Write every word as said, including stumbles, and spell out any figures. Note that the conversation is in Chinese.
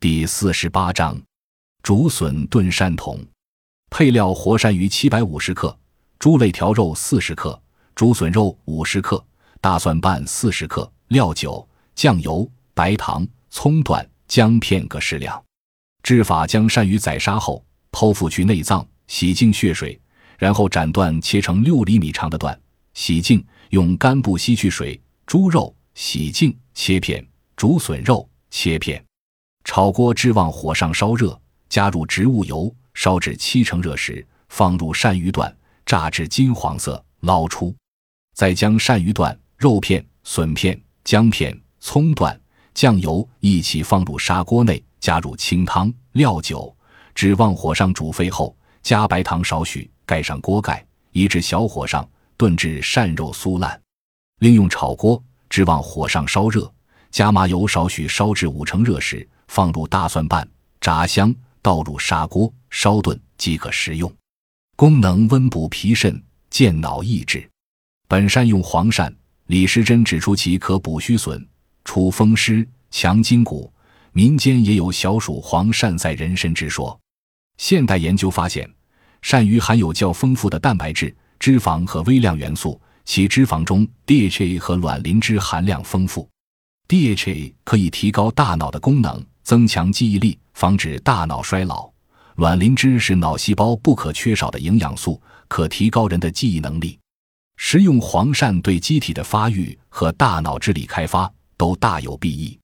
第四十八章竹笋炖鳝筒。配料：活鳝鱼七百五十克，猪肋条肉四十克，竹笋肉五十克，大蒜瓣四十克，料酒、酱油、白糖、葱段、姜片各适量。制法：将鳝鱼宰杀后，剖腹去内脏，洗净血水，然后斩断切成六厘米长的段，洗净，用干布吸去水。猪肉洗净切片，竹笋肉切片。炒锅至旺火上烧热，加入植物油，烧至七成热时，放入鳝鱼段，炸至金黄色，捞出。再将鳝鱼段、肉片、笋片、姜片、葱段、酱油一起放入砂锅内，加入清汤、料酒，至旺火上煮沸后，加白糖少许，盖上锅盖，移至小火上炖至鳝肉酥烂。另用炒锅至旺火上烧热，加麻油少许，烧至五成热时，放入大蒜瓣，炸香，倒入砂锅烧炖即可食用。功能：温补脾肾，健脑益智。本鳝用黄鳝，李时珍指出其可补虚损、除风湿、强筋骨，民间也有小暑黄鳝在人参之说。现代研究发现，鳝鱼含有较丰富的蛋白质、脂肪和微量元素，其脂肪中 D H A 和卵磷脂含量丰富。D H A 可以提高大脑的功能，增强记忆力，防止大脑衰老。卵磷脂是脑细胞不可缺少的营养素，可提高人的记忆能力。食用黄鳝对机体的发育和大脑智力开发都大有裨益。